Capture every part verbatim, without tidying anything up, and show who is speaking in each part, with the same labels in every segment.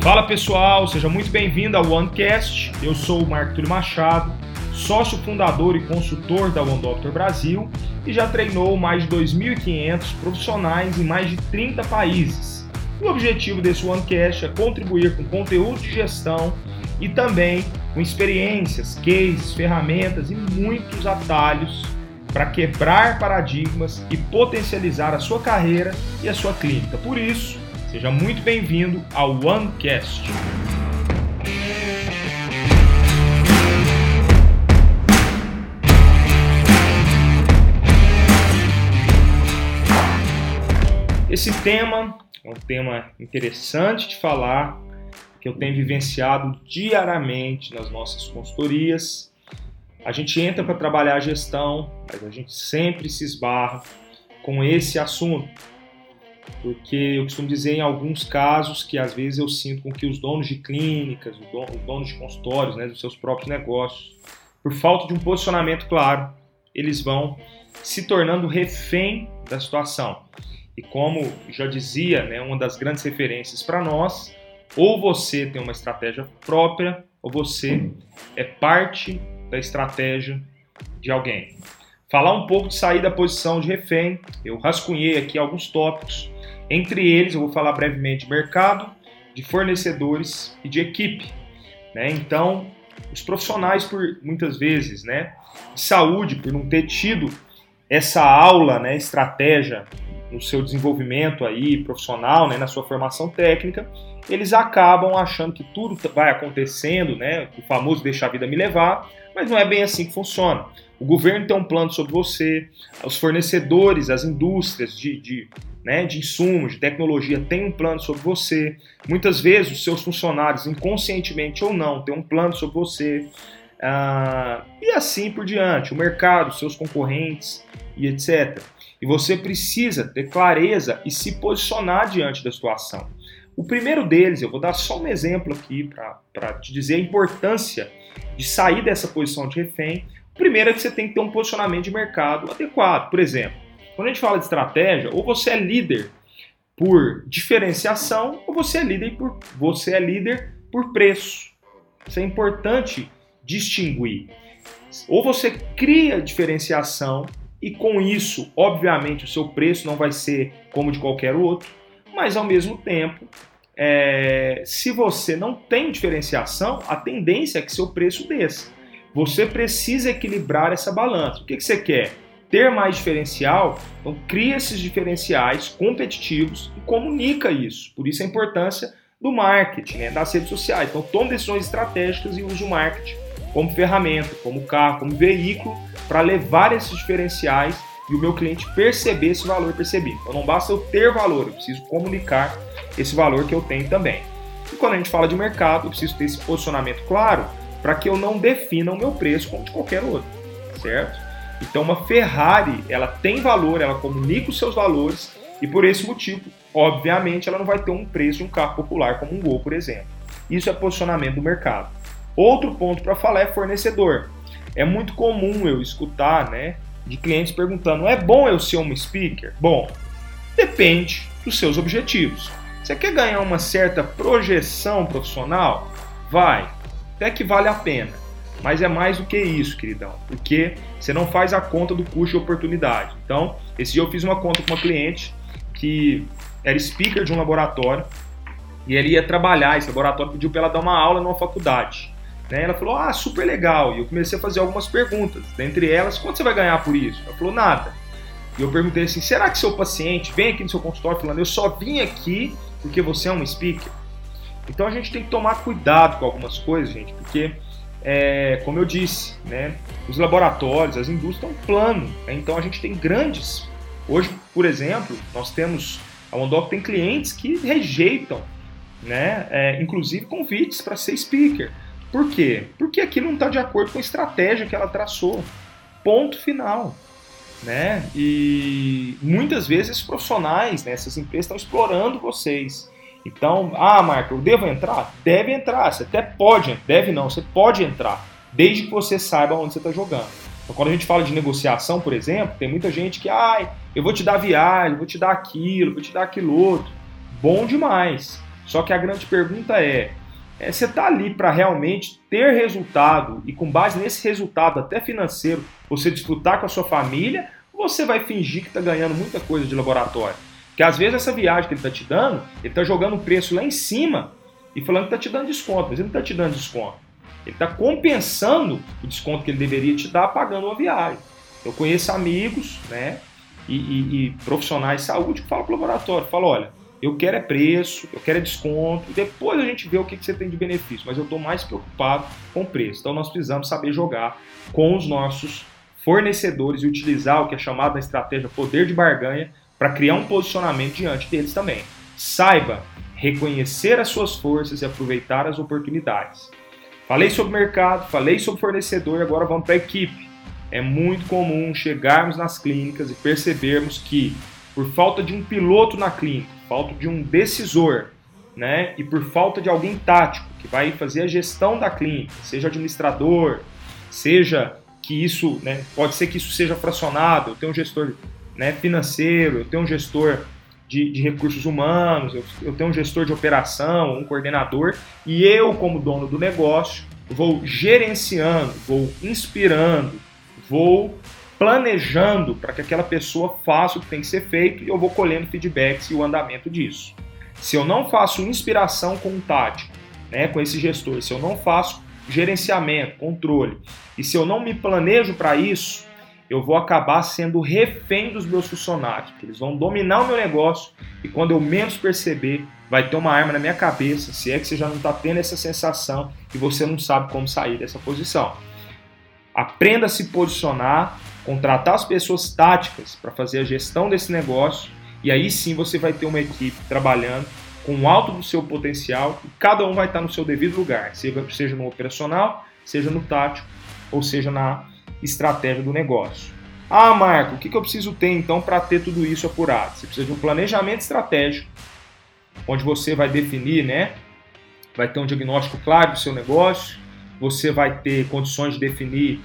Speaker 1: Fala pessoal, seja muito bem-vindo ao OneCast. Eu sou o Marco Túlio Machado, sócio fundador e consultor da One Doctor Brasil e já treinou mais de dois mil e quinhentos profissionais em mais de trinta países. E o objetivo desse OneCast é contribuir com conteúdo de gestão e também com experiências, cases, ferramentas e muitos atalhos para quebrar paradigmas e potencializar a sua carreira e a sua clínica. Por isso, seja muito bem-vindo ao OneCast. Esse tema é um tema interessante de falar, que eu tenho vivenciado diariamente nas nossas consultorias. A gente entra para trabalhar a gestão, mas a gente sempre se esbarra com esse assunto. Porque eu costumo dizer em alguns casos que às vezes eu sinto com que os donos de clínicas, os donos de consultórios, né, dos seus próprios negócios, por falta de um posicionamento claro, eles vão se tornando refém da situação. E como já dizia, né, uma das grandes referências para nós, ou você tem uma estratégia própria, ou você é parte da estratégia de alguém. Falar um pouco de sair da posição de refém, eu rascunhei aqui alguns tópicos. Entre eles, eu vou falar brevemente de mercado, de fornecedores e de equipe. Né? Então, os profissionais, por muitas vezes, né, de saúde, por não ter tido essa aula, né, estratégia no seu desenvolvimento aí, profissional, né, na sua formação técnica, eles acabam achando que tudo vai acontecendo, né, o famoso deixar a vida me levar, mas não é bem assim que funciona. O governo tem um plano sobre você, os fornecedores, as indústrias de, de, né, de insumos, de tecnologia têm um plano sobre você. Muitas vezes os seus funcionários, inconscientemente ou não, têm um plano sobre você. Ah, e assim por diante, o mercado, seus concorrentes e etcétera. E você precisa ter clareza e se posicionar diante da situação. O primeiro deles, eu vou dar só um exemplo aqui para te dizer a importância de sair dessa posição de refém. O primeiro é que você tem que ter um posicionamento de mercado adequado. Por exemplo, quando a gente fala de estratégia, ou você é líder por diferenciação, ou você é líder por, você é líder por preço. Isso é importante distinguir. Ou você cria diferenciação e com isso, obviamente, o seu preço não vai ser como de qualquer outro, mas ao mesmo tempo, é, se você não tem diferenciação, a tendência é que seu preço desça. Você precisa equilibrar essa balança. O que, que você quer? Ter mais diferencial? Então cria esses diferenciais competitivos e comunica isso. Por isso a importância do marketing, né, das redes sociais. Então tome decisões estratégicas e use o marketing como ferramenta, como carro, como veículo para levar esses diferenciais e o meu cliente perceber esse valor percebido. Então não basta eu ter valor, eu preciso comunicar esse valor que eu tenho também. E quando a gente fala de mercado, eu preciso ter esse posicionamento claro para que eu não defina o meu preço como de qualquer outro, certo? Então uma Ferrari, ela tem valor, ela comunica os seus valores e por esse motivo, obviamente, ela não vai ter um preço de um carro popular como um Gol, por exemplo. Isso é posicionamento do mercado. Outro ponto para falar é fornecedor. É muito comum eu escutar, né, de clientes perguntando, é bom eu ser um speaker? Bom, depende dos seus objetivos. Você quer ganhar uma certa projeção profissional? Vai, até que vale a pena. Mas é mais do que isso, queridão, porque você não faz a conta do custo de oportunidade. Então, esse dia eu fiz uma conta com uma cliente que era speaker de um laboratório e ele ia trabalhar, esse laboratório pediu para ela dar uma aula numa faculdade. Ela falou, ah, super legal. E eu comecei a fazer algumas perguntas. Dentre elas, quanto você vai ganhar por isso? Ela falou, nada. E eu perguntei assim, será que seu paciente vem aqui no seu consultório falando, eu só vim aqui porque você é um speaker? Então a gente tem que tomar cuidado com algumas coisas, gente, porque, é, como eu disse, né, os laboratórios, as indústrias têm um plano. Né? Então a gente tem grandes... Hoje, por exemplo, nós temos... A OneDoc tem clientes que rejeitam, né, é, inclusive convites para ser speaker. Por quê? Porque aquilo não está de acordo com a estratégia que ela traçou. Ponto final. Né? E muitas vezes esses profissionais, né, essas empresas estão explorando vocês. Então, ah, Marco, eu devo entrar? Deve entrar. Você até pode, deve não, você pode entrar, desde que você saiba onde você está jogando. Então, quando a gente fala de negociação, por exemplo, tem muita gente que, ah, eu vou te dar viagem, vou te dar aquilo, vou te dar aquilo outro. Bom demais. Só que a grande pergunta é, é você está ali para realmente ter resultado e com base nesse resultado, até financeiro, você desfrutar com a sua família, ou você vai fingir que está ganhando muita coisa de laboratório? Porque às vezes essa viagem que ele está te dando, ele está jogando o preço lá em cima e falando que está te dando desconto, mas ele não está te dando desconto. Ele está compensando o desconto que ele deveria te dar pagando uma viagem. Eu conheço amigos, né, e, e, e profissionais de saúde que falam para o laboratório, falam, olha, eu quero é preço, eu quero é desconto, depois a gente vê o que, que você tem de benefício, mas eu estou mais preocupado com o preço. Então nós precisamos saber jogar com os nossos fornecedores e utilizar o que é chamado na estratégia poder de barganha para criar um posicionamento diante deles também. Saiba reconhecer as suas forças e aproveitar as oportunidades. Falei sobre mercado, falei sobre fornecedor, agora vamos para a equipe. É muito comum chegarmos nas clínicas e percebermos que, por falta de um piloto na clínica, falta de um decisor, né, e por falta de alguém tático que vai fazer a gestão da clínica, seja administrador, seja que isso, né, pode ser que isso seja fracionado, eu tenho um gestor, né, financeiro, eu tenho um gestor de, de recursos humanos, eu, eu tenho um gestor de operação, um coordenador, e eu, como dono do negócio, vou gerenciando, vou inspirando, vou planejando para que aquela pessoa faça o que tem que ser feito e eu vou colhendo feedbacks e o andamento disso. Se eu não faço inspiração com um tático, né, com esse gestor, se eu não faço gerenciamento, controle, e se eu não me planejo para isso, eu vou acabar sendo refém dos meus funcionários, porque eles vão dominar o meu negócio e quando eu menos perceber, vai ter uma arma na minha cabeça, se é que você já não está tendo essa sensação e você não sabe como sair dessa posição. Aprenda a se posicionar, contratar as pessoas táticas para fazer a gestão desse negócio e aí sim você vai ter uma equipe trabalhando com o alto do seu potencial e cada um vai estar no seu devido lugar, seja, seja no operacional, seja no tático ou seja na estratégia do negócio. Ah, Marco, o que eu preciso ter então para ter tudo isso apurado? Você precisa de um planejamento estratégico, onde você vai definir, né? Vai ter um diagnóstico claro do seu negócio, você vai ter condições de definir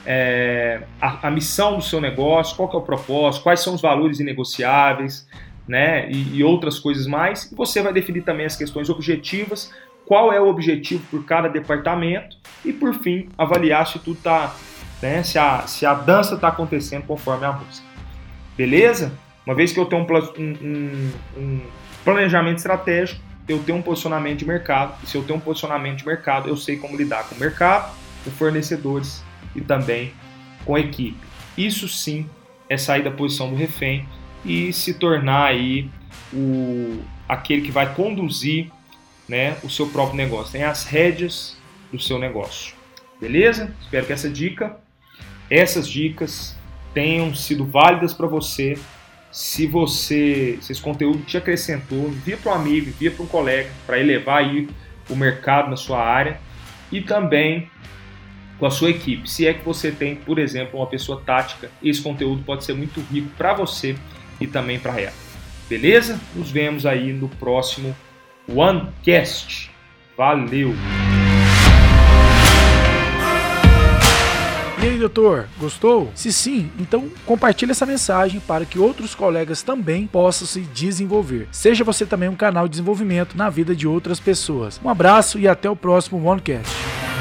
Speaker 1: é, a, a missão do seu negócio, qual que é o propósito, quais são os valores inegociáveis, né? E, e outras coisas mais. E você vai definir também as questões objetivas, qual é o objetivo por cada departamento e, por fim, avaliar se tudo está, né? Se a, se a dança está acontecendo conforme a música. Beleza? Uma vez que eu tenho um, um, um planejamento estratégico, eu tenho um posicionamento de mercado, e se eu tenho um posicionamento de mercado, eu sei como lidar com o mercado, com fornecedores e também com a equipe. Isso sim é sair da posição do refém e se tornar aí o, aquele que vai conduzir, né, o seu próprio negócio, tem as rédeas do seu negócio. Beleza? Espero que essa dica, essas dicas tenham sido válidas para você. Se você, se esse conteúdo te acrescentou, envia para um amigo, envia para um colega, para elevar aí o mercado na sua área e também com a sua equipe. Se é que você tem, por exemplo, uma pessoa tática, esse conteúdo pode ser muito rico para você e também para ela. Beleza? Nos vemos aí no próximo OneCast. Valeu!
Speaker 2: E aí, doutor, gostou? Se sim, então compartilhe essa mensagem para que outros colegas também possam se desenvolver. Seja você também um canal de desenvolvimento na vida de outras pessoas. Um abraço e até o próximo OneCast.